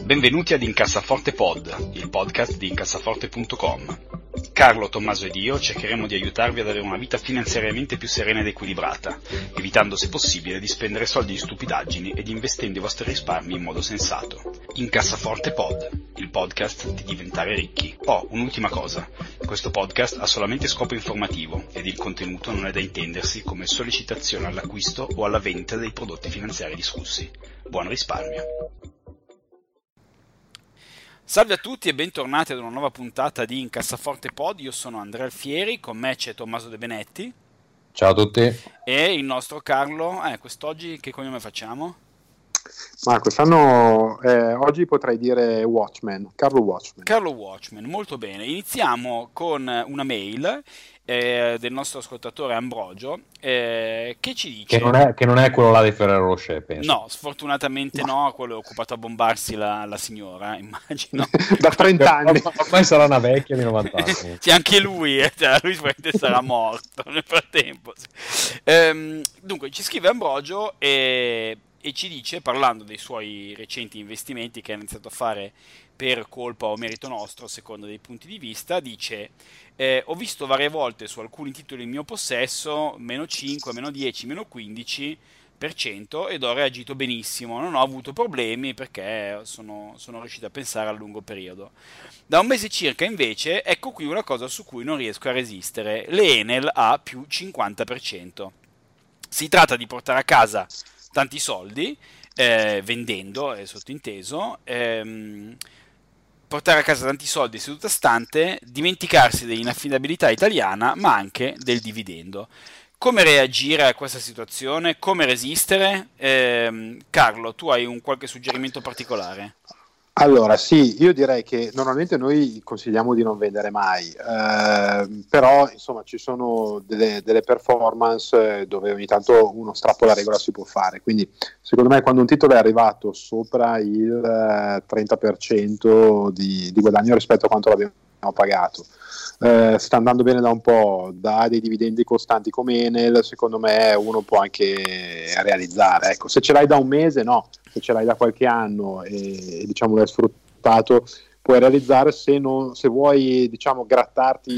Benvenuti ad Incassaforte Pod, il podcast di incassaforte.com. Carlo, Tommaso ed io cercheremo di aiutarvi ad avere una vita finanziariamente più serena ed equilibrata, evitando se possibile di spendere soldi in stupidaggini ed investendo i vostri risparmi in modo sensato. Incassaforte Pod, il podcast di diventare ricchi. Un'ultima cosa, questo podcast ha solamente scopo informativo ed il contenuto non è da intendersi come sollecitazione all'acquisto o alla vendita dei prodotti finanziari discussi. Buon risparmio! Salve a tutti e bentornati ad una nuova puntata di Incassaforte Pod. Io sono Andrea Alfieri, con me c'è Tommaso De Benetti. Ciao a tutti. E il nostro Carlo. Quest'oggi che cognome facciamo? Ma quest'anno, oggi potrei dire Watchman, Carlo Watchman. Carlo Watchman, molto bene. Iniziamo con una mail del nostro ascoltatore Ambrogio che ci dice... Che non è quello là di Ferrero Rocher, penso. No, sfortunatamente no, quello è occupato a bombarsi la signora, immagino. Da 30 anni. Ormai sarà una vecchia di 90 anni. Sì, anche lui, lui sarà morto nel frattempo. Dunque, ci scrive Ambrogio e ci dice, parlando dei suoi recenti investimenti che ha iniziato a fare per colpa o merito nostro, a seconda dei punti di vista, dice: ho visto varie volte su alcuni titoli in mio possesso meno 5, meno 10, meno 15% ed ho reagito benissimo, non ho avuto problemi perché sono riuscito a pensare a lungo periodo. Da un mese circa invece, ecco qui una cosa su cui non riesco a resistere: le Enel a più 50%. Si tratta di portare a casa tanti soldi, vendendo, è sottinteso, portare a casa tanti soldi seduta stante, dimenticarsi dell'inaffidabilità italiana, ma anche del dividendo. Come reagire a questa situazione? Come resistere? Carlo, tu hai un qualche suggerimento particolare? Allora, sì, io direi che normalmente noi consigliamo di non vendere mai, però insomma ci sono delle performance dove ogni tanto uno strappo la regola si può fare, quindi secondo me quando un titolo è arrivato sopra il 30% di guadagno rispetto a quanto l'abbiamo pagato, sta andando bene da un po', dà dei dividendi costanti come Enel, secondo me uno può anche realizzare. Ecco, se ce l'hai da un mese no, se ce l'hai da qualche anno e diciamo l'hai sfruttato puoi realizzare. Se vuoi diciamo grattarti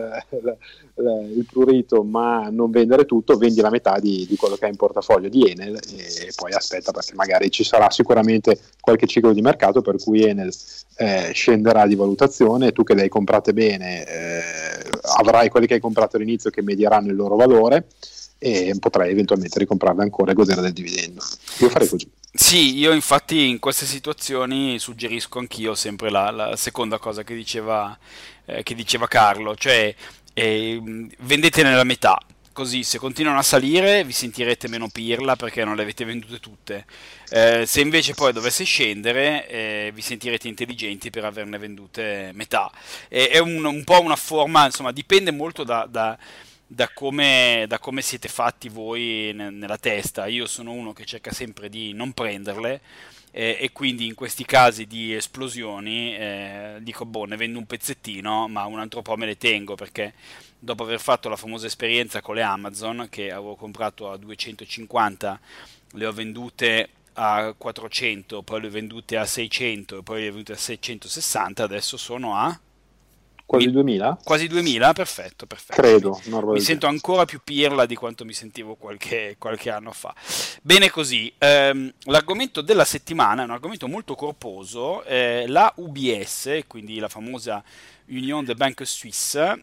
il prurito ma non vendere tutto, vendi la metà di quello che hai in portafoglio di Enel e poi aspetta, perché magari ci sarà sicuramente qualche ciclo di mercato per cui Enel scenderà di valutazione e tu che le hai comprate bene avrai quelli che hai comprato all'inizio che medieranno il loro valore e potrai eventualmente ricomprarle ancora e godere del dividendo. Io farei così. Sì, io infatti in queste situazioni suggerisco anch'io sempre la seconda cosa che diceva Carlo, cioè vendete nella metà, così se continuano a salire vi sentirete meno pirla perché non le avete vendute tutte. Se invece poi dovesse scendere vi sentirete intelligenti per averne vendute metà. È un po' una forma, insomma, dipende molto da come siete fatti voi nella testa. Io sono uno che cerca sempre di non prenderle e quindi in questi casi di esplosioni dico ne vendo un pezzettino ma un altro po' me le tengo, perché dopo aver fatto la famosa esperienza con le Amazon che avevo comprato a 250, le ho vendute a 400, poi le ho vendute a 600 e poi le ho vendute a 660, adesso sono a quasi 2000? Quasi 2000, perfetto. Credo. Mi sento ancora più pirla di quanto mi sentivo qualche anno fa. Bene così, l'argomento della settimana è un argomento molto corposo, la UBS, quindi la famosa Union des Banques Suisses,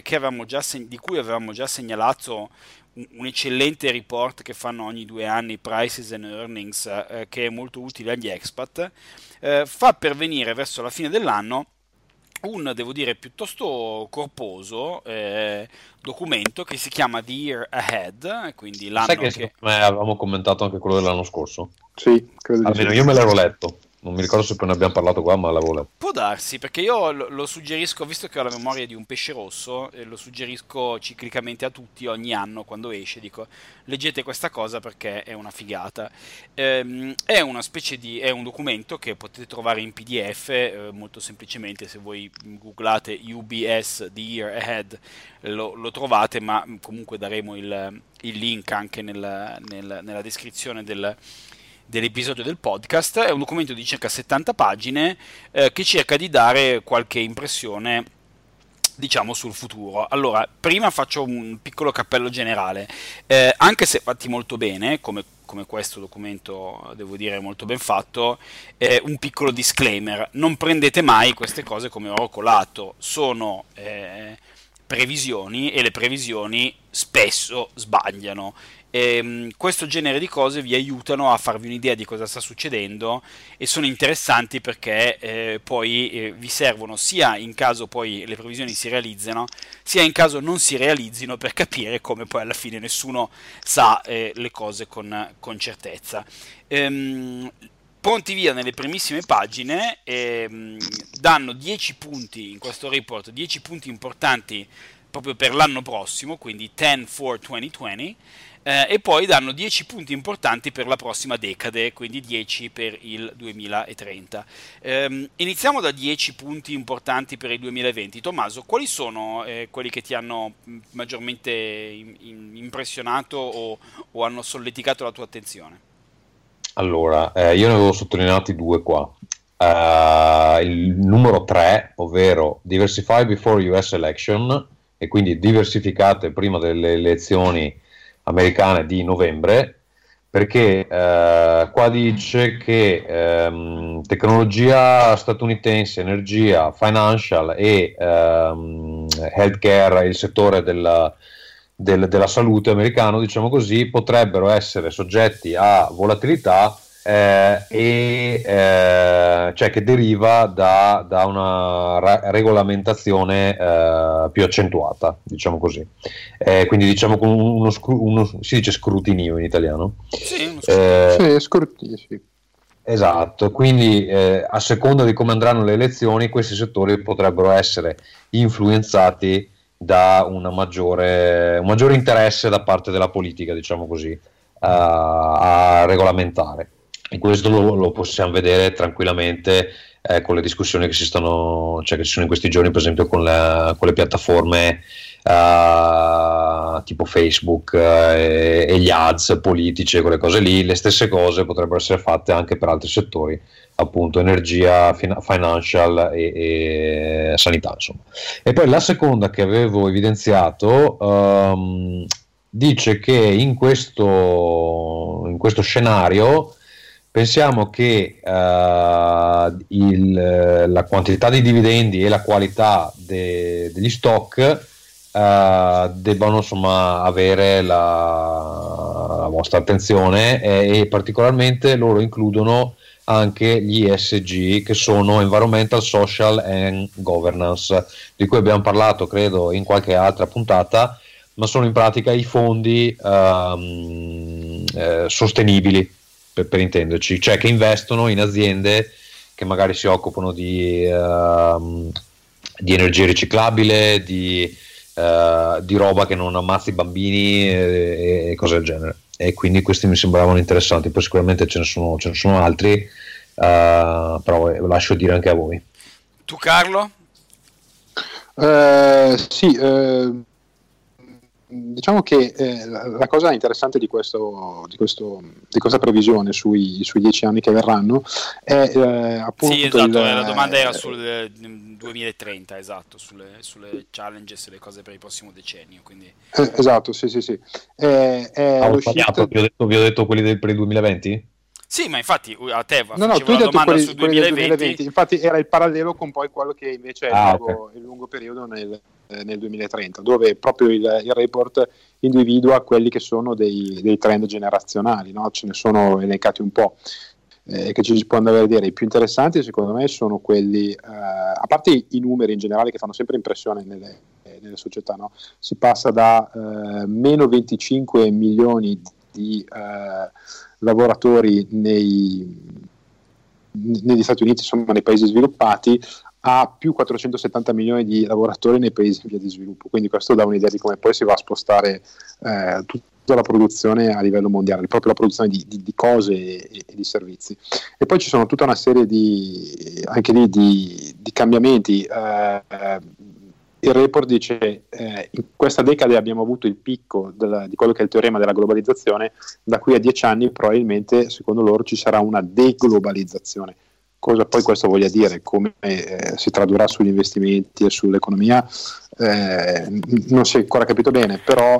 di cui avevamo già segnalato un eccellente report che fanno ogni 2 anni, Prices and Earnings, che è molto utile agli expat, fa pervenire verso la fine dell'anno devo dire, piuttosto corposo documento che si chiama The Year Ahead, quindi l'anno Sai che avevamo commentato anche quello dell'anno scorso? Sì, credo. Almeno io me l'ero letto. Non mi ricordo se poi ne abbiamo parlato qua, ma l'avevo letto. Può darsi, perché io lo suggerisco, visto che ho la memoria di un pesce rosso, lo suggerisco ciclicamente a tutti ogni anno quando esce, dico leggete questa cosa perché è una figata. È una specie è un documento che potete trovare in PDF molto semplicemente, se voi googlate UBS The Year Ahead lo trovate, ma comunque daremo il link anche nella descrizione dell'episodio del podcast. È un documento di circa 70 pagine che cerca di dare qualche impressione, diciamo, sul futuro. Allora, prima faccio un piccolo cappello generale. Anche se fatti molto bene, come questo documento devo dire molto ben fatto, un piccolo disclaimer: non prendete mai queste cose come oro colato, sono previsioni, e le previsioni spesso sbagliano. Questo genere di cose vi aiutano a farvi un'idea di cosa sta succedendo, e sono interessanti perché poi vi servono sia in caso poi le previsioni si realizzano, sia in caso non si realizzino, per capire come poi alla fine nessuno sa le cose con certezza. Pronti via, nelle primissime pagine danno 10 punti in questo report, 10 punti importanti proprio per l'anno prossimo, quindi 10 for 2020, e poi danno 10 punti importanti per la prossima decade, quindi 10 per il 2030. Iniziamo da 10 punti importanti per il 2020. Tommaso, quali sono quelli che ti hanno maggiormente impressionato o hanno solleticato la tua attenzione? Allora, io ne avevo sottolineati due qua. Il numero 3, ovvero diversify before US election, e quindi diversificate prima delle elezioni americane di novembre, perché qua dice che tecnologia statunitense, energia, financial e healthcare, il settore della salute americano, diciamo così, potrebbero essere soggetti a volatilità cioè che deriva da una regolamentazione più accentuata, diciamo così. Quindi diciamo con si dice scrutinio in italiano? Sì, scrutinio, sì. Esatto, quindi a seconda di come andranno le elezioni, questi settori potrebbero essere influenzati da un maggiore interesse da parte della politica, diciamo così, a regolamentare. E questo lo possiamo vedere tranquillamente con le discussioni che ci sono in questi giorni, per esempio con le piattaforme tipo Facebook e gli ads politici e quelle cose lì. Le stesse cose potrebbero essere fatte anche per altri settori, appunto energia, financial e sanità, insomma. E poi la seconda che avevo evidenziato dice che in questo scenario pensiamo che la quantità di dividendi e la qualità degli stock debbano, insomma, avere la vostra attenzione, e particolarmente loro includono anche gli ESG, che sono Environmental, Social and Governance, di cui abbiamo parlato credo in qualche altra puntata, ma sono in pratica i fondi sostenibili, per intenderci, cioè che investono in aziende che magari si occupano di energia riciclabile, di roba che non ammazza i bambini e cose del genere. E quindi questi mi sembravano interessanti. Poi sicuramente ce ne sono altri, però lascio dire anche a voi. Tu, Carlo? Sì, diciamo che la cosa interessante di questa previsione sui 10 anni che verranno è appunto sì, esatto, la domanda era sul 2030, esatto, sulle challenges e le cose per il prossimo decennio, quindi esatto, sì. Vi ho detto quelli per il 2020? Sì, ma infatti a te tu hai detto quelli sul 2020, infatti era il parallelo con poi quello che invece è il lungo periodo nel 2030, dove proprio il report individua quelli che sono dei trend generazionali, no? Ce ne sono elencati un po', che ci si può andare a vedere. I più interessanti secondo me sono quelli, a parte i numeri in generale che fanno sempre impressione nelle società, no? Si passa da meno 25 milioni di lavoratori negli Stati Uniti, insomma nei paesi sviluppati, a più 470 milioni di lavoratori nei paesi in via di sviluppo. Quindi questo dà un'idea di come poi si va a spostare tutta la produzione a livello mondiale, proprio la produzione di cose e di servizi. E poi ci sono tutta una serie di cambiamenti il report dice in questa decade abbiamo avuto il picco di quello che è il teorema della globalizzazione, da qui a 10 anni probabilmente secondo loro ci sarà una deglobalizzazione. Cosa poi questo voglia dire, come si tradurrà sugli investimenti e sull'economia, non si è ancora capito bene, però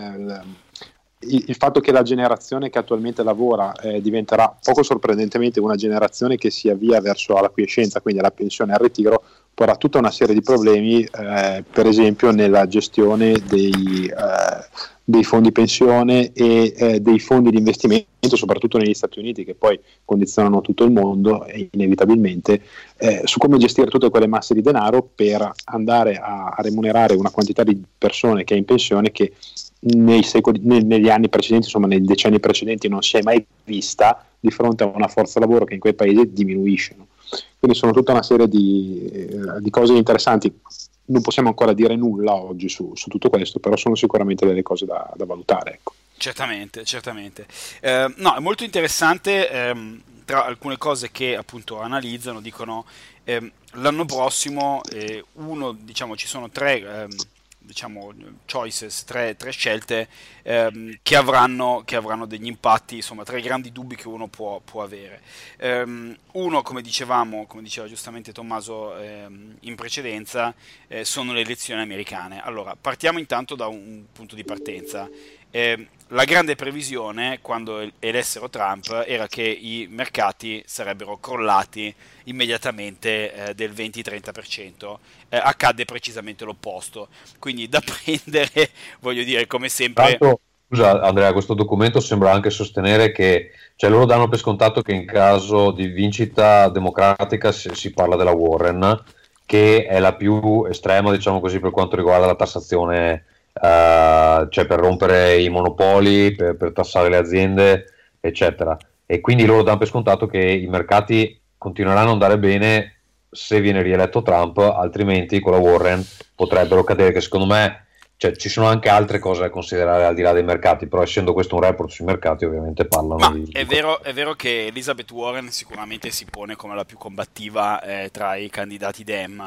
il fatto che la generazione che attualmente lavora diventerà poco sorprendentemente una generazione che si avvia verso la quiescenza, quindi alla pensione e al ritiro, porrà tutta una serie di problemi, per esempio nella gestione dei fondi pensione e dei fondi di investimento, soprattutto negli Stati Uniti, che poi condizionano tutto il mondo inevitabilmente, su come gestire tutte quelle masse di denaro per andare a remunerare una quantità di persone che è in pensione che negli anni precedenti, insomma nei decenni precedenti, non si è mai vista di fronte a una forza lavoro che in quei paesi diminuisce. Quindi sono tutta una serie di cose interessanti. Non possiamo ancora dire nulla oggi su tutto questo, però sono sicuramente delle cose da valutare, ecco. Certamente. No, è molto interessante. Tra alcune cose che appunto analizzano, dicono l'anno prossimo ci sono tre choices, tre scelte che avranno degli impatti, insomma, tre grandi dubbi che uno può avere. Uno, come diceva giustamente Tommaso in precedenza, sono le elezioni americane. Allora, partiamo intanto da un punto di partenza. La grande previsione quando elessero Trump era che i mercati sarebbero crollati immediatamente del 20-30%, accadde precisamente l'opposto, quindi da prendere, voglio dire, come sempre. Tanto, scusa Andrea, questo documento sembra anche sostenere che, cioè loro danno per scontato che in caso di vincita democratica si parla della Warren, che è la più estrema, diciamo così, per quanto riguarda la tassazione, cioè per rompere i monopoli, per tassare le aziende, eccetera. E quindi loro danno per scontato che i mercati continueranno ad andare bene se viene rieletto Trump, altrimenti con la Warren potrebbero cadere, che secondo me, cioè, ci sono anche altre cose da considerare al di là dei mercati, però essendo questo un report sui mercati ovviamente parlano Ma di è vero che Elizabeth Warren sicuramente si pone come la più combattiva tra i candidati Dem,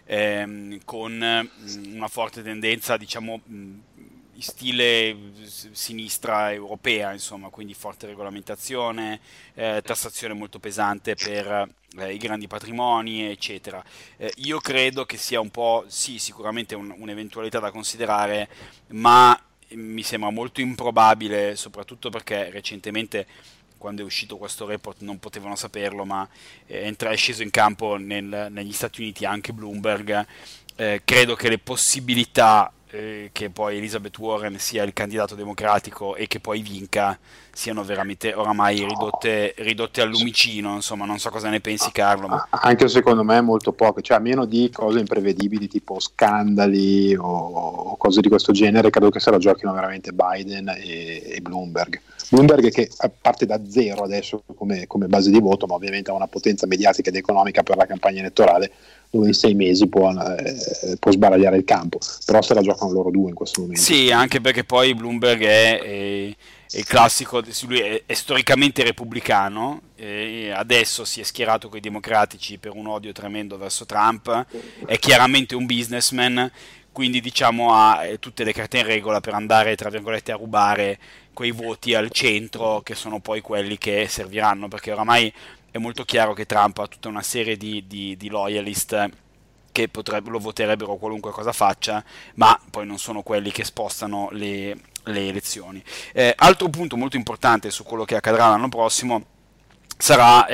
con una forte tendenza, diciamo, in stile sinistra europea, insomma, quindi forte regolamentazione, tassazione molto pesante per i grandi patrimoni, eccetera. Io credo che sia un po', sì, sicuramente un'eventualità da considerare, ma mi sembra molto improbabile, soprattutto perché recentemente, quando è uscito questo report, non potevano saperlo, ma è sceso in campo negli Stati Uniti anche Bloomberg. Credo che le possibilità che poi Elizabeth Warren sia il candidato democratico e che poi vinca siano veramente oramai ridotte al lumicino, insomma, non so cosa ne pensi, Carlo. Anche secondo me molto poco, cioè a meno di cose imprevedibili tipo scandali o cose di questo genere, credo che se la giochino veramente Biden e Bloomberg che parte da zero adesso come base di voto, ma ovviamente ha una potenza mediatica ed economica per la campagna elettorale, dove in 6 mesi può sbaragliare il campo, però se la giocano loro due in questo momento. Sì, anche perché poi Bloomberg è il classico, lui è storicamente repubblicano, adesso si è schierato con i democratici per un odio tremendo verso Trump, è chiaramente un businessman, quindi diciamo ha tutte le carte in regola per andare, tra virgolette, a rubare quei voti al centro, che sono poi quelli che serviranno, perché oramai è molto chiaro che Trump ha tutta una serie di loyalist che lo voterebbero qualunque cosa faccia, ma poi non sono quelli che spostano le elezioni. Altro punto molto importante su quello che accadrà l'anno prossimo sarà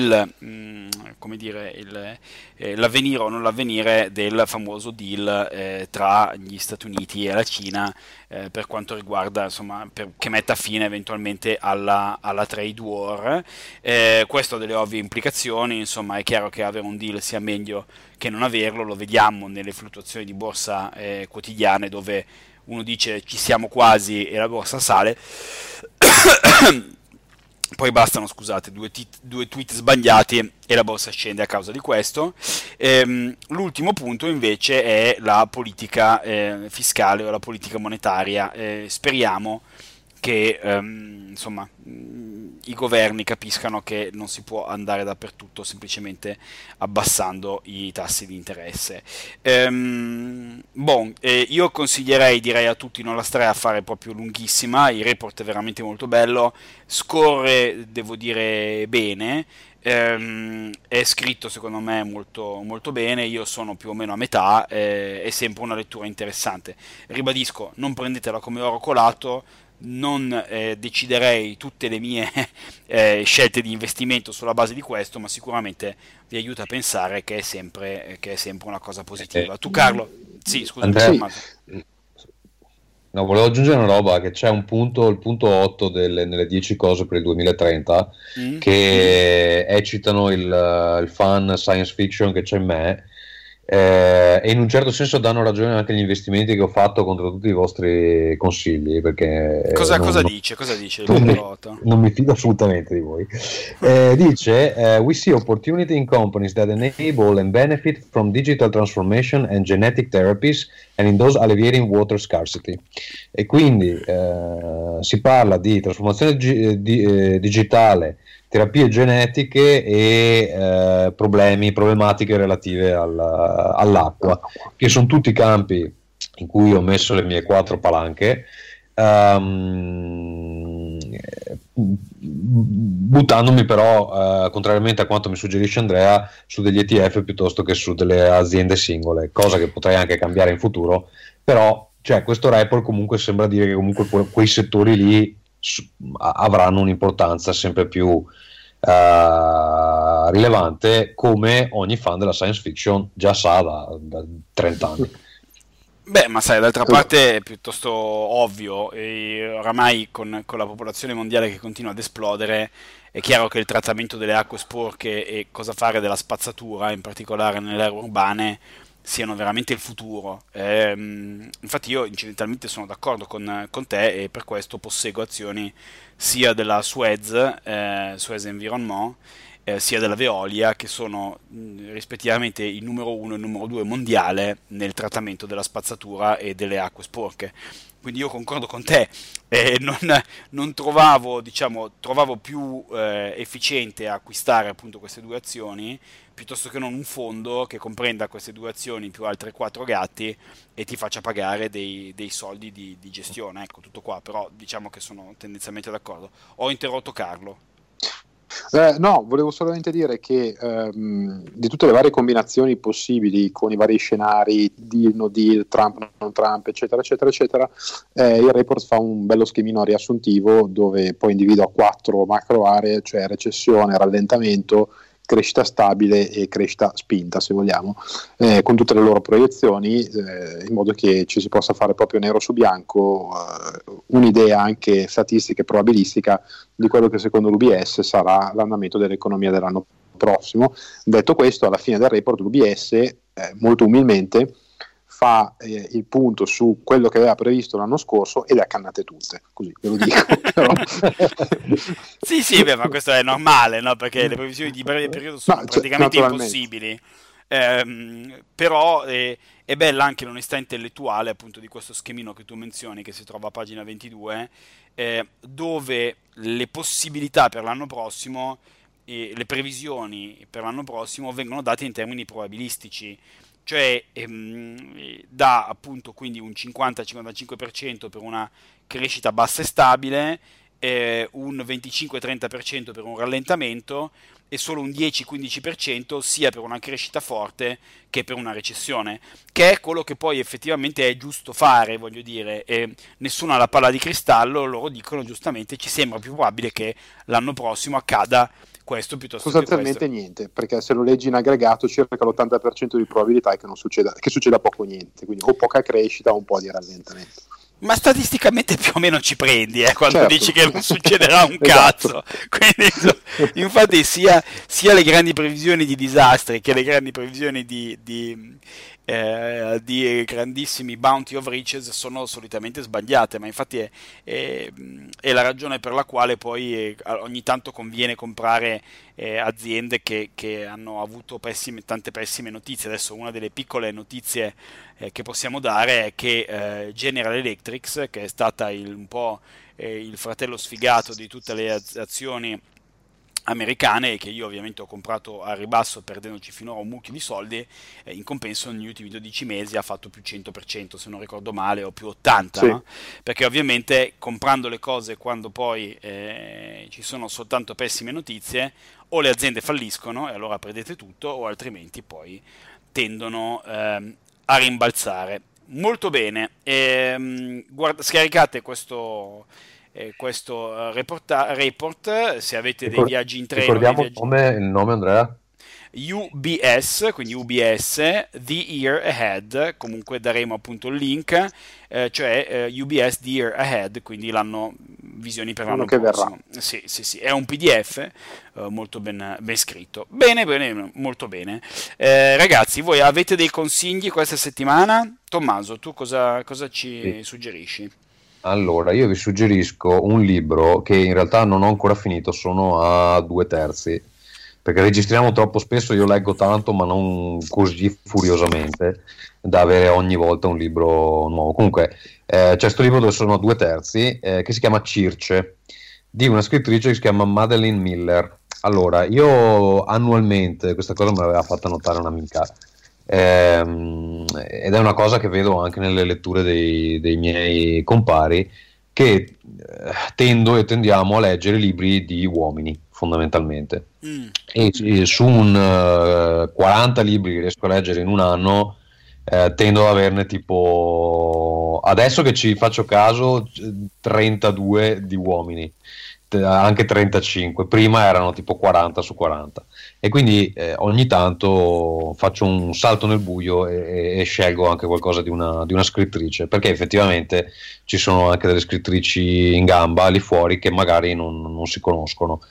l'avvenire o non l'avvenire del famoso deal tra gli Stati Uniti e la Cina, per quanto riguarda, insomma, che metta fine eventualmente alla trade war. Questo ha delle ovvie implicazioni, insomma, è chiaro che avere un deal sia meglio che non averlo, lo vediamo nelle fluttuazioni di borsa quotidiane, dove uno dice ci siamo quasi e la borsa sale. Poi bastano, scusate, due tweet sbagliati e la borsa scende a causa di questo. L'ultimo punto invece è la politica fiscale o la politica monetaria. Speriamo che insomma i governi capiscano che non si può andare dappertutto semplicemente abbassando i tassi di interesse. Io consiglierei, direi a tutti, non la starei a fare proprio lunghissima, il report è veramente molto bello, scorre, devo dire, bene. È scritto secondo me molto, molto bene, io sono più o meno a metà, è sempre una lettura interessante. Ribadisco, non prendetela come oro colato, non deciderei tutte le mie scelte di investimento sulla base di questo, ma sicuramente vi aiuta a pensare che è sempre una cosa positiva. Tu Carlo? Sì, scusami, Andrea, Sì, Tommaso. no, volevo aggiungere una roba, che c'è un punto, il punto 8 nelle 10 cose per il 2030, Mm? che eccitano il fan science fiction che c'è in me, e in un certo senso danno ragione anche agli investimenti che ho fatto contro tutti i vostri consigli, perché Cosa dice? Cosa dice il non punto mi, 8? non mi fido assolutamente di voi. Dice: We see opportunity in companies that enable and benefit from digital transformation and genetic therapies and in those alleviating water scarcity. E quindi si parla di trasformazione digitale, terapie genetiche e problematiche relative all'acqua, che sono tutti campi in cui ho messo le mie 4 palanche, buttandomi però, contrariamente a quanto mi suggerisce Andrea, su degli ETF piuttosto che su delle aziende singole, cosa che potrei anche cambiare in futuro, però cioè, questo report comunque sembra dire che comunque quei settori lì avranno un'importanza sempre più rilevante, come ogni fan della science fiction già sa da 30 anni. Beh, ma sai, d'altra parte è piuttosto ovvio, e oramai con la popolazione mondiale che continua ad esplodere, è chiaro che il trattamento delle acque sporche e cosa fare della spazzatura, in particolare nelle aree urbane, siano veramente il futuro. Infatti io incidentalmente sono d'accordo con te e per questo posseggo azioni sia della Suez, Suez Environnement, sia della Veolia, che sono rispettivamente il numero uno e il numero due mondiale nel trattamento della spazzatura e delle acque sporche. Quindi io concordo con te, non trovavo, diciamo, trovavo più efficiente acquistare appunto queste due azioni piuttosto che non un fondo che comprenda queste due azioni più altre quattro gatti e ti faccia pagare dei soldi di gestione. Ecco, tutto qua, però diciamo che sono tendenzialmente d'accordo. Ho interrotto Carlo. No, volevo solamente dire che di tutte le varie combinazioni possibili con i vari scenari, deal, no deal, Trump, non Trump, eccetera, eccetera, eccetera, il report fa un bello schemino riassuntivo dove poi individua 4 macro aree, cioè recessione, rallentamento, crescita stabile e crescita spinta, se vogliamo, con tutte le loro proiezioni, in modo che ci si possa fare proprio nero su bianco un'idea anche statistica e probabilistica di quello che secondo l'UBS sarà l'andamento dell'economia dell'anno prossimo. Detto questo, alla fine del report l'UBS molto umilmente fa il punto su quello che aveva previsto l'anno scorso e le ha cannate tutte, così ve lo dico. Però... Sì, sì, beh, ma questo è normale, no? Perché le previsioni di breve periodo sono praticamente impossibili. Però è bella anche l'onestà intellettuale appunto di questo schemino che tu menzioni, che si trova a pagina 22, dove le possibilità per l'anno prossimo e le previsioni per l'anno prossimo vengono date in termini probabilistici, cioè dà appunto quindi un 50-55% per una crescita bassa e stabile, un 25-30% per un rallentamento e solo un 10-15% sia per una crescita forte che per una recessione, che è quello che poi effettivamente è giusto fare, voglio dire, e nessuno ha la palla di cristallo, loro dicono giustamente ci sembra più probabile che l'anno prossimo accada questo piuttosto che questo. Sostanzialmente niente, perché se lo leggi in aggregato circa l'80% di probabilità è che, non succeda, che succeda poco o niente, quindi o poca crescita o un po' di rallentamento. Ma statisticamente più o meno ci prendi quando Certo. dici che non succederà un Esatto. cazzo. Quindi, infatti, sia le grandi previsioni di disastri che le grandi previsioni di grandissimi bounty of riches sono solitamente sbagliate. Ma infatti è la ragione per la quale poi ogni tanto conviene comprare aziende che hanno avuto tante pessime notizie. Adesso una delle piccole notizie che possiamo dare è che General Electric, che è stata un po' il fratello sfigato di tutte le azioni americane, che io ovviamente ho comprato a ribasso perdendoci finora un mucchio di soldi, in compenso negli ultimi 12 mesi ha fatto più 100% se non ricordo male, o più 80%, Sì. no? Perché ovviamente comprando le cose quando poi ci sono soltanto pessime notizie, o le aziende falliscono e allora perdete tutto, o altrimenti poi tendono a rimbalzare. Molto bene, scaricate questo report se avete dei viaggi in treno, dei Ricordiamo viaggi... il nome Andrea? UBS, quindi UBS, The Year Ahead, comunque daremo appunto il link, cioè UBS The Year Ahead, che l'anno visioni per l'anno Quello che prossimo. verrà. Sì, è un PDF molto ben scritto. Bene, molto bene. Ragazzi, voi avete dei consigli questa settimana? Tommaso, tu cosa ci Sì. suggerisci? Allora, io vi suggerisco un libro che in realtà non ho ancora finito, sono a 2/3, perché registriamo troppo spesso, io leggo tanto, ma non così furiosamente da avere ogni volta un libro nuovo. Comunque, c'è questo libro dove sono a 2/3, che si chiama Circe, di una scrittrice che si chiama Madeleine Miller. Allora, io annualmente, questa cosa me l'aveva fatta notare un'amica, ed è una cosa che vedo anche nelle letture dei miei compari, che tendiamo a leggere libri di uomini fondamentalmente, e su un 40 libri che riesco a leggere in un anno, tendo ad averne tipo, adesso che ci faccio caso, 32 di uomini, anche 35, prima erano tipo 40 su 40, e quindi ogni tanto faccio un salto nel buio e scelgo anche qualcosa di una scrittrice, perché effettivamente ci sono anche delle scrittrici in gamba lì fuori che magari non si conoscono.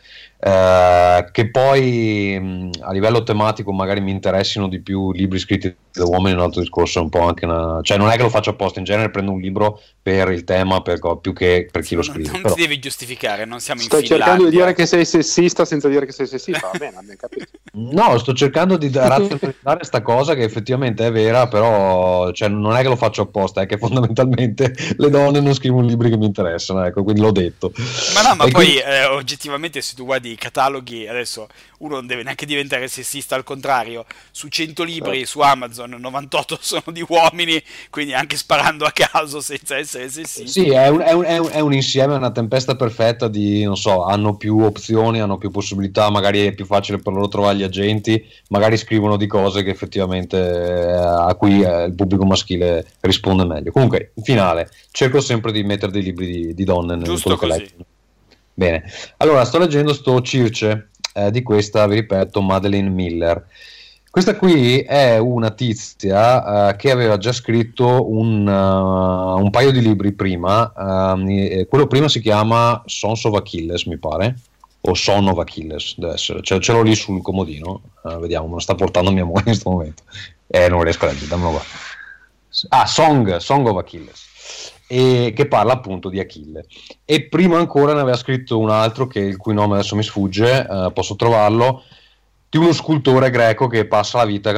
Che poi a livello tematico magari mi interessino di più libri scritti da uomini, un altro discorso, è un po' anche cioè non è che lo faccio apposta, in genere prendo un libro per il tema, più che per chi lo scrive. Non però ti devi giustificare, non siamo in Stai cercando di Finlandia. dire che sei sessista senza dire che sei sessista, va bene, abbiamo capito. no, sto cercando di razionalizzare sta cosa che effettivamente è vera, però cioè, non è che lo faccio apposta, è che fondamentalmente le donne non scrivono libri che mi interessano, ecco, quindi l'ho detto. Ma E poi quindi- oggettivamente se tu guardi i cataloghi, adesso uno non deve neanche diventare sessista, al contrario, su 100 libri su Amazon 98 sono di uomini, quindi anche sparando a caso senza essere sessista. Sì, è un insieme, una tempesta perfetta di, non so, hanno più opzioni, hanno più possibilità, magari è più facile per loro trovare gli agenti, magari scrivono di cose che effettivamente a cui il pubblico maschile risponde meglio. Comunque, in finale, cerco sempre di mettere dei libri di donne in Giusto quello che così. leggo. Bene, allora sto leggendo sto Circe, di questa, vi ripeto, Madeleine Miller. Questa qui è una tizia che aveva già scritto un paio di libri prima. Quello prima si chiama Sons of Achilles, mi pare, o Son of Achilles, deve essere. Ce l'ho lì sul comodino, vediamo, me lo sta portando mia moglie in questo momento. Non riesco a leggere, dammelo qua. Song of Achilles, e che parla appunto di Achille. E prima ancora ne aveva scritto un altro, il cui nome adesso mi sfugge, posso trovarlo, di uno scultore greco che passa la vita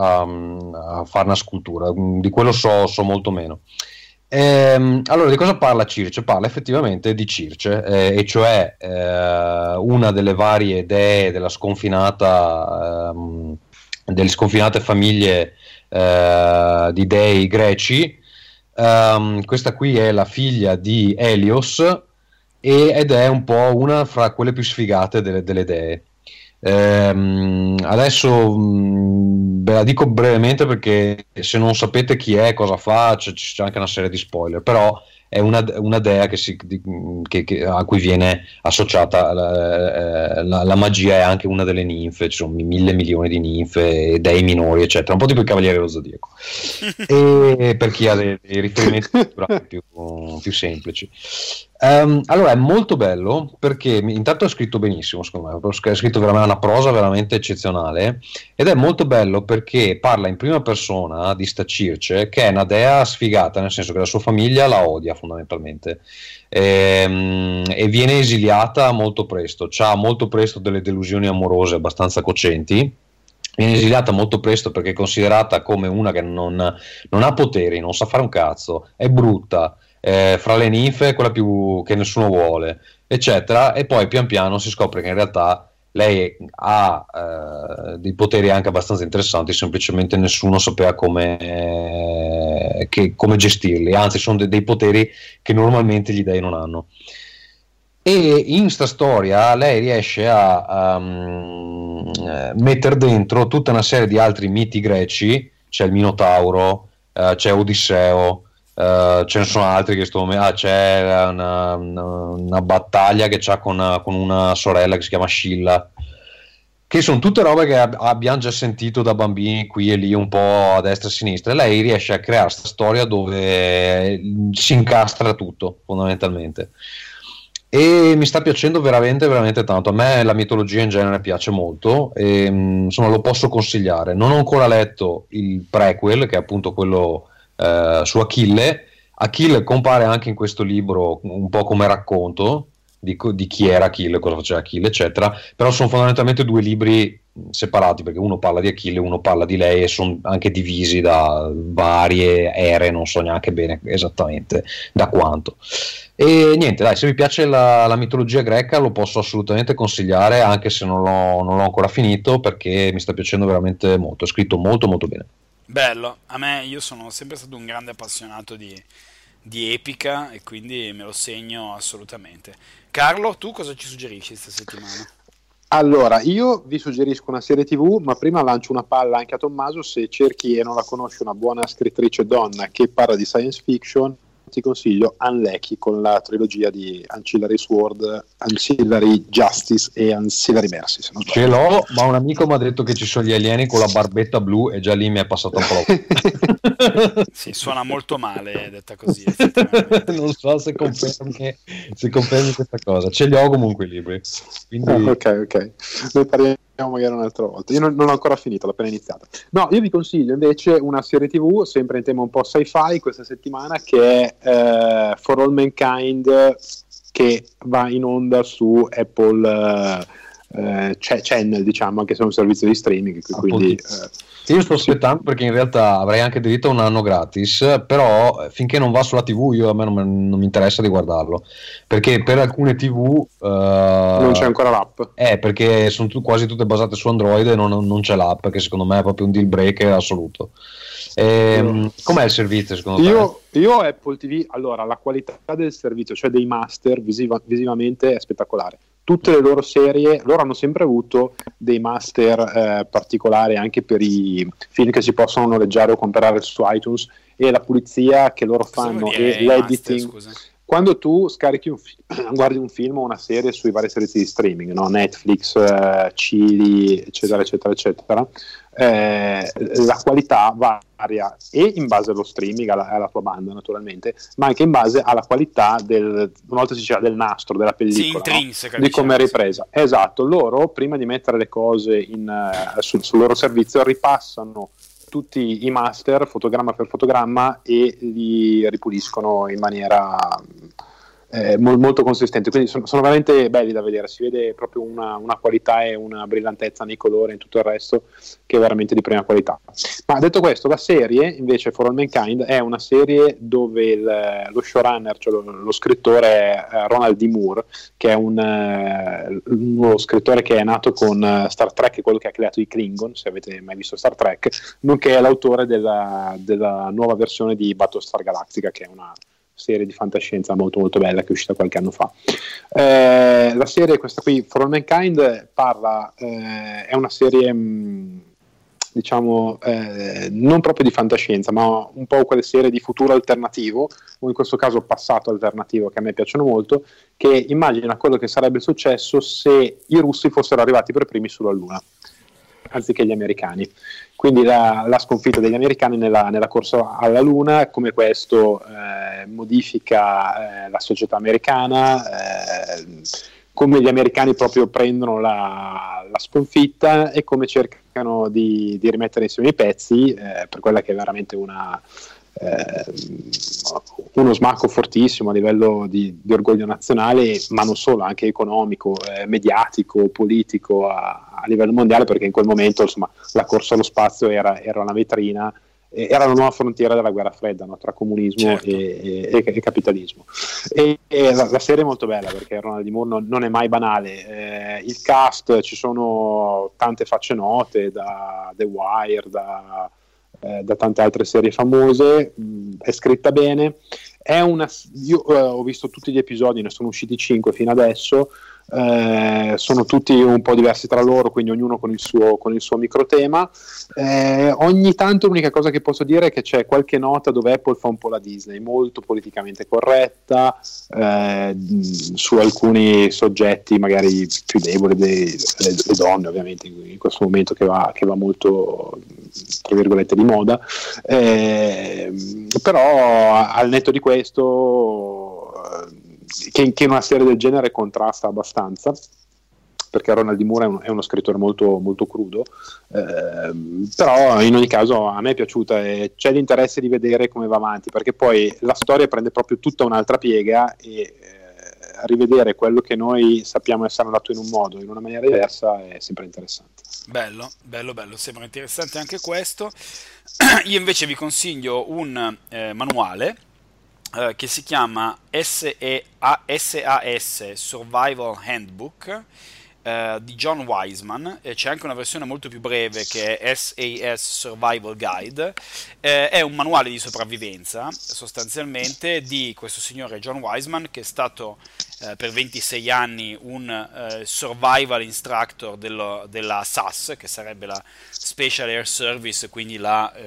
a fare una scultura. Di quello so molto meno. Allora, di cosa parla Circe? Parla effettivamente di Circe, e cioè una delle varie dee delle sconfinate famiglie di dei greci. Questa qui è la figlia di Helios ed è un po' una fra quelle più sfigate delle dee. Adesso ve la dico brevemente, perché se non sapete chi è, cosa fa, c'è anche una serie di spoiler, però è una dea a cui viene associata la magia, è anche una delle ninfe, ci sono 1.000 milioni di ninfe, dei minori eccetera, un po' tipo i Cavalieri dello Zodiaco, e per chi ha dei riferimenti più semplici. Allora è molto bello perché intanto è scritto benissimo, secondo me è scritto veramente una prosa veramente eccezionale, ed è molto bello perché parla in prima persona di sta Circe, che è una dea sfigata, nel senso che la sua famiglia la odia fondamentalmente, e viene esiliata molto presto, ha molto presto delle delusioni amorose abbastanza cocenti. Viene esiliata molto presto perché è considerata come una che non ha poteri, non sa fare un cazzo, è brutta, fra le ninfe quella più che nessuno vuole, eccetera, e poi pian piano si scopre che in realtà lei ha dei poteri anche abbastanza interessanti, semplicemente nessuno sapeva come gestirli, anzi sono dei poteri che normalmente gli dei non hanno. E in sta storia lei riesce a mettere dentro tutta una serie di altri miti greci, c'è il Minotauro, c'è Odisseo, ce ne sono altri che c'è una battaglia che c'ha con una sorella che si chiama Scilla, che sono tutte robe che abbiamo già sentito da bambini qui e lì, un po' a destra e a sinistra, e lei riesce a creare questa storia dove si incastra tutto fondamentalmente. E mi sta piacendo veramente veramente tanto. A me la mitologia in genere piace molto e insomma lo posso consigliare. Non ho ancora letto il prequel, che è appunto quello su Achille. Achille compare anche in questo libro un po' come racconto di chi era Achille, cosa faceva Achille, eccetera, però sono fondamentalmente due libri separati, perché uno parla di Achille, uno parla di lei, e sono anche divisi da varie ere, non so neanche bene esattamente da quanto. E niente, dai, se vi piace la mitologia greca lo posso assolutamente consigliare, anche se non l'ho ancora finito, perché mi sta piacendo veramente molto, è scritto molto molto bene. Bello, io sono sempre stato un grande appassionato di epica e quindi me lo segno assolutamente. Carlo, tu cosa ci suggerisci questa settimana? Allora, io vi suggerisco una serie TV, ma prima lancio una palla anche a Tommaso. Se cerchi e non la conosci una buona scrittrice donna che parla di science fiction, ti consiglio Unlucky, con la trilogia di Ancillary Sword, Ancillary Justice e Ancillary Mercy, se non sbaglio. Ce l'ho, ma un amico mi ha detto che ci sono gli alieni con la barbetta blu e già lì mi è passato un po'. Sì, suona molto male detta così. Non so se confermi questa cosa. Ce li ho comunque i libri. Quindi... Ok. Noi parliamo magari un'altra volta. Io non ho ancora finito, l'ho appena iniziata. No, io vi consiglio invece una serie TV, sempre in tema un po' sci-fi, questa settimana, che è For All Mankind, che va in onda su Apple Channel, diciamo, anche se è un servizio di streaming, quindi... Io sto aspettando perché in realtà avrei anche diritto a un anno gratis, però finché non va sulla TV a me non mi interessa di guardarlo, perché per alcune TV non c'è ancora l'app. Perché sono quasi tutte basate su Android e non c'è l'app, che secondo me è proprio un deal breaker assoluto. Com'è il servizio secondo te? Io Apple TV, allora la qualità del servizio, cioè dei master visivamente è spettacolare. Tutte le loro serie, loro hanno sempre avuto dei master particolari anche per i film che si possono noleggiare o comprare su iTunes, e la pulizia che loro fanno e l'editing. Master, quando tu scarichi guardi un film o una serie sui vari servizi di streaming, no? Netflix, Cili, eccetera, eccetera, eccetera, la qualità varia e in base allo streaming, alla tua banda naturalmente, ma anche in base alla qualità una volta si diceva del nastro, della pellicola, sì, intrinseca, no? Di come è ripresa. Sì. Esatto, loro prima di mettere le cose sul loro servizio ripassano tutti i master fotogramma per fotogramma e li ripuliscono in maniera molto consistente, quindi sono veramente belli da vedere, si vede proprio una qualità e una brillantezza nei colori e in tutto il resto che è veramente di prima qualità. Ma detto questo, la serie invece For All Mankind è una serie dove lo showrunner, cioè lo scrittore è Ronald D. Moore, che è uno scrittore che è nato con Star Trek, quello che ha creato i Klingon, se avete mai visto Star Trek, nonché è l'autore della nuova versione di Battlestar Galactica, che è una serie di fantascienza molto molto bella che è uscita qualche anno fa. La serie, questa qui, For All Mankind, è una serie diciamo non proprio di fantascienza, ma un po' quelle serie di futuro alternativo, o in questo caso passato alternativo, che a me piacciono molto, che immagina quello che sarebbe successo se i russi fossero arrivati per primi sulla Luna anziché gli americani, quindi la sconfitta degli americani nella corsa alla Luna, come questo modifica la società americana, come gli americani proprio prendono la sconfitta e come cercano di rimettere insieme i pezzi per quella che è veramente uno smacco fortissimo a livello di orgoglio nazionale, ma non solo, anche economico, mediatico, politico a livello mondiale, perché in quel momento insomma la corsa allo spazio era una vetrina era la nuova frontiera della guerra fredda, no? Tra comunismo Certo. e capitalismo. E la serie è molto bella perché Ronald D. Moore non è mai banale. Il cast, ci sono tante facce note, da The Wire, da tante altre serie famose. È scritta bene. Io ho visto tutti gli episodi, ne sono usciti 5 fino adesso. Sono tutti un po' diversi tra loro, quindi ognuno con il suo microtema. Ogni tanto l'unica cosa che posso dire è che c'è qualche nota dove Apple fa un po' la Disney, molto politicamente corretta, su alcuni soggetti magari più deboli, le donne ovviamente in questo momento che va molto tra virgolette di moda, però al netto di questo, che in una serie del genere contrasta abbastanza, perché Ronald D. Moore è uno scrittore molto, molto crudo, però in ogni caso a me è piaciuta e c'è l'interesse di vedere come va avanti, perché poi la storia prende proprio tutta un'altra piega e rivedere quello che noi sappiamo essere andato in un modo, in una maniera diversa, è sempre interessante. Bello, sembra interessante anche questo. Io invece vi consiglio un manuale che si chiama SAS Survival Handbook di John Wiseman, e c'è anche una versione molto più breve che è SAS Survival Guide. È un manuale di sopravvivenza sostanzialmente di questo signore John Wiseman, che è stato per 26 anni un survival instructor della SAS, che sarebbe la Special Air Service, quindi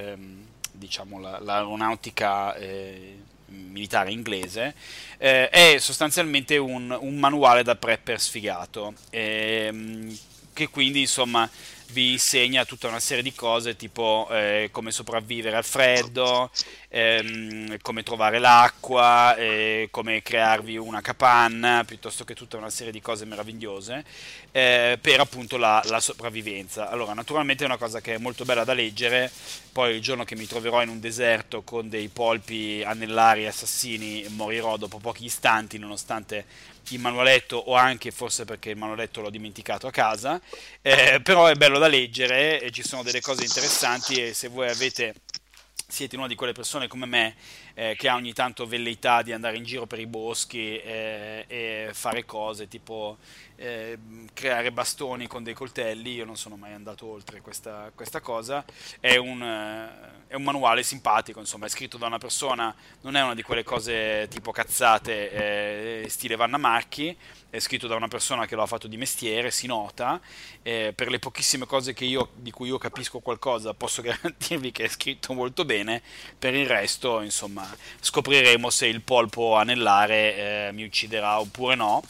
l'aeronautica militare inglese. È sostanzialmente un manuale da prepper sfigato, che quindi insomma vi insegna tutta una serie di cose, tipo come sopravvivere al freddo, come trovare l'acqua, come crearvi una capanna, piuttosto che tutta una serie di cose meravigliose per appunto la sopravvivenza. Allora, naturalmente è una cosa che è molto bella da leggere. Poi il giorno che mi troverò in un deserto con dei polpi anellari assassini morirò dopo pochi istanti, nonostante il manualetto, o anche forse perché il manualetto l'ho dimenticato a casa, però è bello da leggere e ci sono delle cose interessanti, e se voi siete una di quelle persone come me che ha ogni tanto velleità di andare in giro per i boschi e fare cose tipo creare bastoni con dei coltelli, io non sono mai andato oltre questa cosa. È un manuale simpatico, insomma, è scritto da una persona, non è una di quelle cose tipo cazzate stile Vanna Marchi, è scritto da una persona che lo ha fatto di mestiere, si nota. Per le pochissime cose di cui io capisco qualcosa, posso garantirvi che è scritto molto bene. Per il resto, insomma, scopriremo se il polpo anellare mi ucciderà oppure no.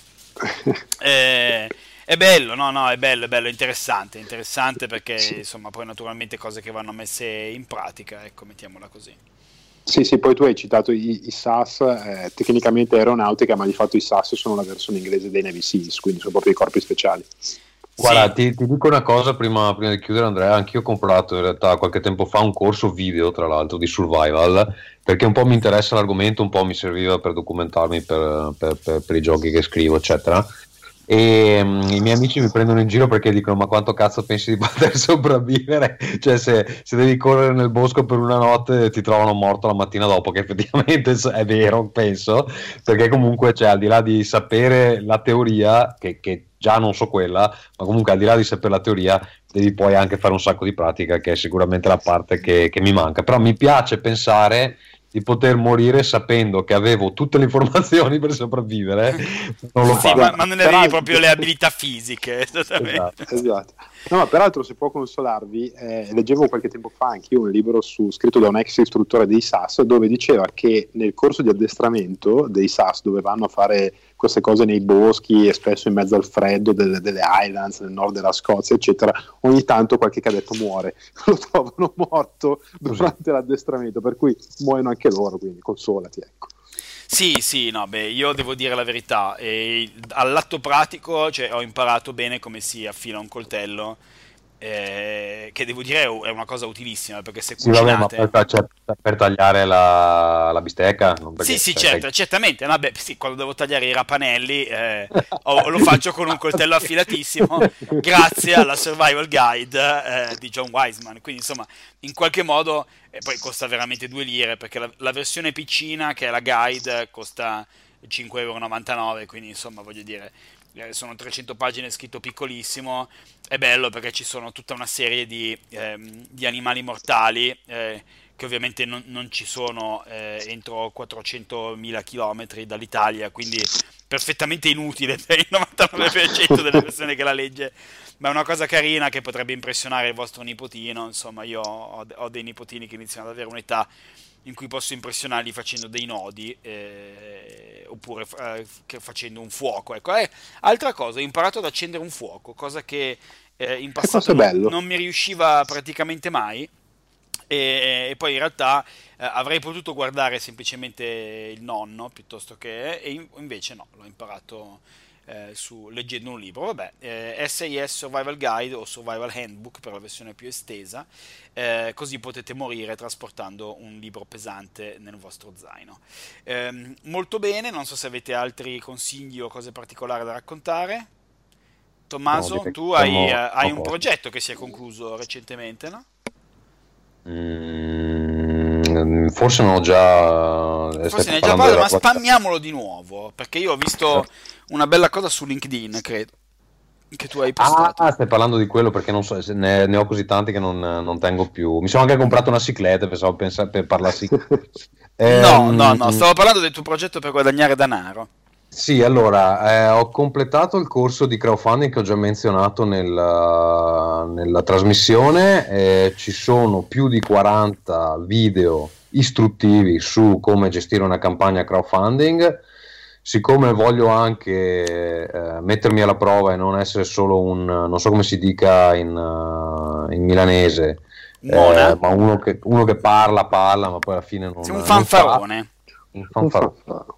È bello, no, è bello, è interessante perché Sì. insomma poi naturalmente cose che vanno messe in pratica, ecco, mettiamola così. Sì, poi tu hai citato i SAS, tecnicamente aeronautica, ma di fatto i SAS sono la versione inglese dei Navy Seals, quindi sono proprio i corpi speciali. Guarda, Sì, ti dico una cosa prima di chiudere, Andrea. Anch'io ho comprato in realtà qualche tempo fa un corso video, tra l'altro, di survival, perché un po' mi interessa l'argomento, un po' mi serviva per documentarmi per i giochi che scrivo, eccetera. E i miei amici mi prendono in giro perché dicono: ma quanto cazzo pensi di poter sopravvivere? Cioè, se devi correre nel bosco per una notte ti trovano morto la mattina dopo, che effettivamente è vero, penso, perché comunque, cioè, al di là di sapere la teoria, che già non so quella, ma comunque al di là di sapere la teoria devi poi anche fare un sacco di pratica, che è sicuramente la parte che mi manca. Però mi piace pensare di poter morire sapendo che avevo tutte le informazioni per sopravvivere. Non lo sì, faccio. ma non avevi Peraltro, proprio le abilità fisiche, esattamente. esatto. No, ma peraltro, se può consolarvi, leggevo qualche tempo fa anch'io un libro scritto da un ex istruttore dei SAS, dove diceva che nel corso di addestramento dei SAS, dove vanno a fare queste cose nei boschi e spesso in mezzo al freddo delle Highlands nel nord della Scozia, eccetera, ogni tanto qualche cadetto muore, lo trovano morto durante l'addestramento, per cui muoiono anche loro, quindi consolati, ecco. Sì, no, beh, io devo dire la verità, all'atto pratico, cioè, ho imparato bene come si affila un coltello, che devo dire è una cosa utilissima, perché se Sì, vabbè, ma cucinate... per tagliare la bistecca, non Sì, perché, sì, cioè, certo, certamente. Vabbè, sì, quando devo tagliare i rapanelli lo faccio con un coltello affilatissimo, grazie alla Survival Guide di John Wiseman. Quindi, insomma, in qualche modo, poi costa veramente 2 lire, perché la versione piccina, che è la guide, costa 5,99 €, quindi, insomma, voglio dire, sono 300 pagine scritto piccolissimo. È bello perché ci sono tutta una serie di animali mortali, che ovviamente non ci sono entro 400.000 km dall'Italia, quindi perfettamente inutile per il 99% delle persone che la legge, ma è una cosa carina che potrebbe impressionare il vostro nipotino. Insomma, io ho dei nipotini che iniziano ad avere un'età in cui posso impressionarli facendo dei nodi, oppure facendo un fuoco. Ecco, altra cosa, ho imparato ad accendere un fuoco, cosa che in Questo passato è bello. non mi riusciva praticamente mai. E poi in realtà avrei potuto guardare semplicemente il nonno piuttosto che, invece no, l'ho imparato leggendo un libro. Vabbè, SIS Survival Guide o Survival Handbook per la versione più estesa, così potete morire trasportando un libro pesante nel vostro zaino. Molto bene, non so se avete altri consigli o cose particolari da raccontare. no, Tommaso, direi che tu siamo hai a un posto. progetto che si è concluso recentemente, no? Forse no, già stai Forse ne hai già parlando parlato, della ma tua. spammiamolo di nuovo, perché io ho visto una bella cosa su LinkedIn, credo, che tu hai postato. Ah, stai parlando di quello perché non so, ne ho così tanti che non tengo più. Mi sono anche comprato una cicletta, pensavo per parlarsi. No, no, no, Ehm, stavo parlando del tuo progetto per guadagnare denaro. Sì, allora, ho completato il corso di crowdfunding che ho già menzionato nella trasmissione. Ci sono più di 40 video istruttivi su come gestire una campagna crowdfunding. Siccome voglio anche mettermi alla prova e non essere solo non so come si dica in milanese, Mona? ma uno che parla, ma poi alla fine Sei un non fa. fanfarone. Un Non fanfarone. fa fa-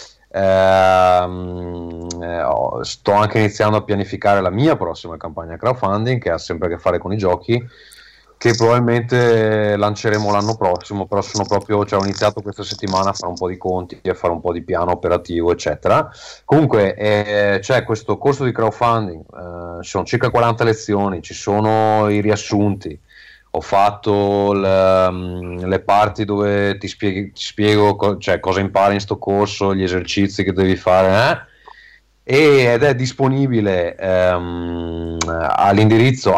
Sto anche iniziando a pianificare la mia prossima campagna crowdfunding che ha sempre a che fare con i giochi, che probabilmente lanceremo l'anno prossimo, però cioè, ho iniziato questa settimana a fare un po' di conti, a fare un po' di piano operativo, eccetera. Comunque c'è questo corso di crowdfunding, ci sono circa 40 lezioni, ci sono i riassunti. Ho fatto le parti dove ti spiego cioè, cosa impari in sto corso, gli esercizi che devi fare, ed è disponibile all'indirizzo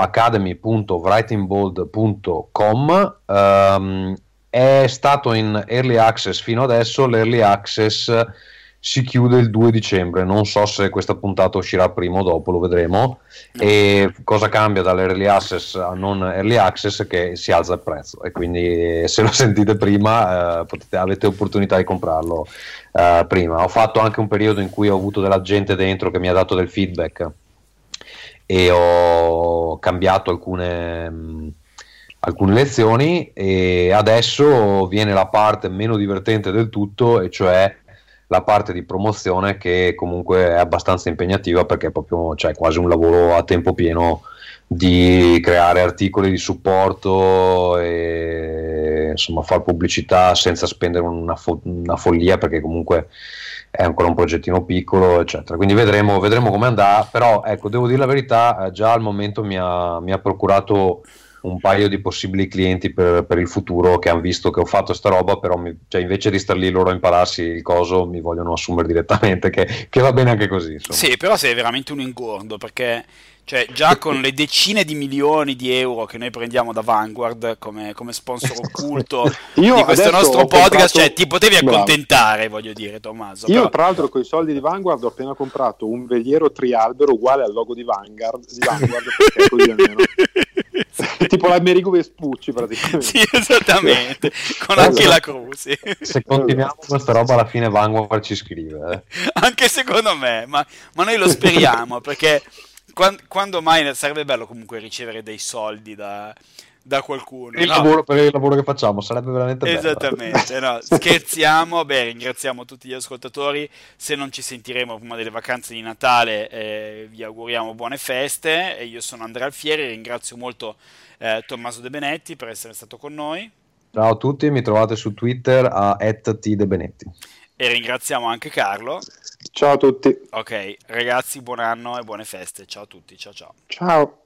academy.writingbold.com. È stato in early access fino adesso, l'early access si chiude il 2 dicembre, non so se questa puntata uscirà prima o dopo, lo vedremo. No. E cosa cambia dall'early access a non early access? Che si alza il prezzo, e quindi se lo sentite prima avete opportunità di comprarlo prima. Ho fatto anche un periodo in cui ho avuto della gente dentro che mi ha dato del feedback e ho cambiato alcune lezioni, e adesso viene la parte meno divertente del tutto, e cioè la parte di promozione, che comunque è abbastanza impegnativa perché è proprio, cioè, quasi un lavoro a tempo pieno di creare articoli di supporto e insomma fare pubblicità senza spendere una follia, perché comunque è ancora un progettino piccolo, eccetera. Quindi vedremo come andrà, però ecco, devo dire la verità, già al momento mi ha procurato un paio di possibili clienti per il futuro, che hanno visto che ho fatto sta roba, però cioè, invece di star lì loro a impararsi il coso, mi vogliono assumere direttamente, che va bene anche così, insomma. Sì, però sei veramente un ingordo, perché cioè, già con le decine di milioni di euro che noi prendiamo da Vanguard come sponsor occulto Io di questo adesso nostro ho podcast, comprato... cioè ti potevi Bravo. accontentare, voglio dire, Tommaso. Io Però... tra l'altro con i soldi di Vanguard ho appena comprato un veliero trialbero uguale al logo di Vanguard perché così almeno tipo l'Americo Vespucci praticamente. Sì, esattamente, con Esatto. anche la Cruci. Se continuiamo con questa roba, alla fine Vanguard ci scrive. Anche secondo me, ma noi lo speriamo, perché quando mai sarebbe bello comunque ricevere dei soldi da qualcuno. Per il, lavoro, per il lavoro che facciamo sarebbe veramente bello. Esattamente, no, scherziamo. Beh, ringraziamo tutti gli ascoltatori. Se non ci sentiremo prima delle vacanze di Natale, vi auguriamo buone feste. E io sono Andrea Alfieri, ringrazio molto Tommaso De Benetti per essere stato con noi. Ciao a tutti, mi trovate su Twitter a @tdebenetti. E ringraziamo anche Carlo. Ciao a tutti. Ok, ragazzi, buon anno e buone feste. Ciao a tutti, ciao ciao. Ciao.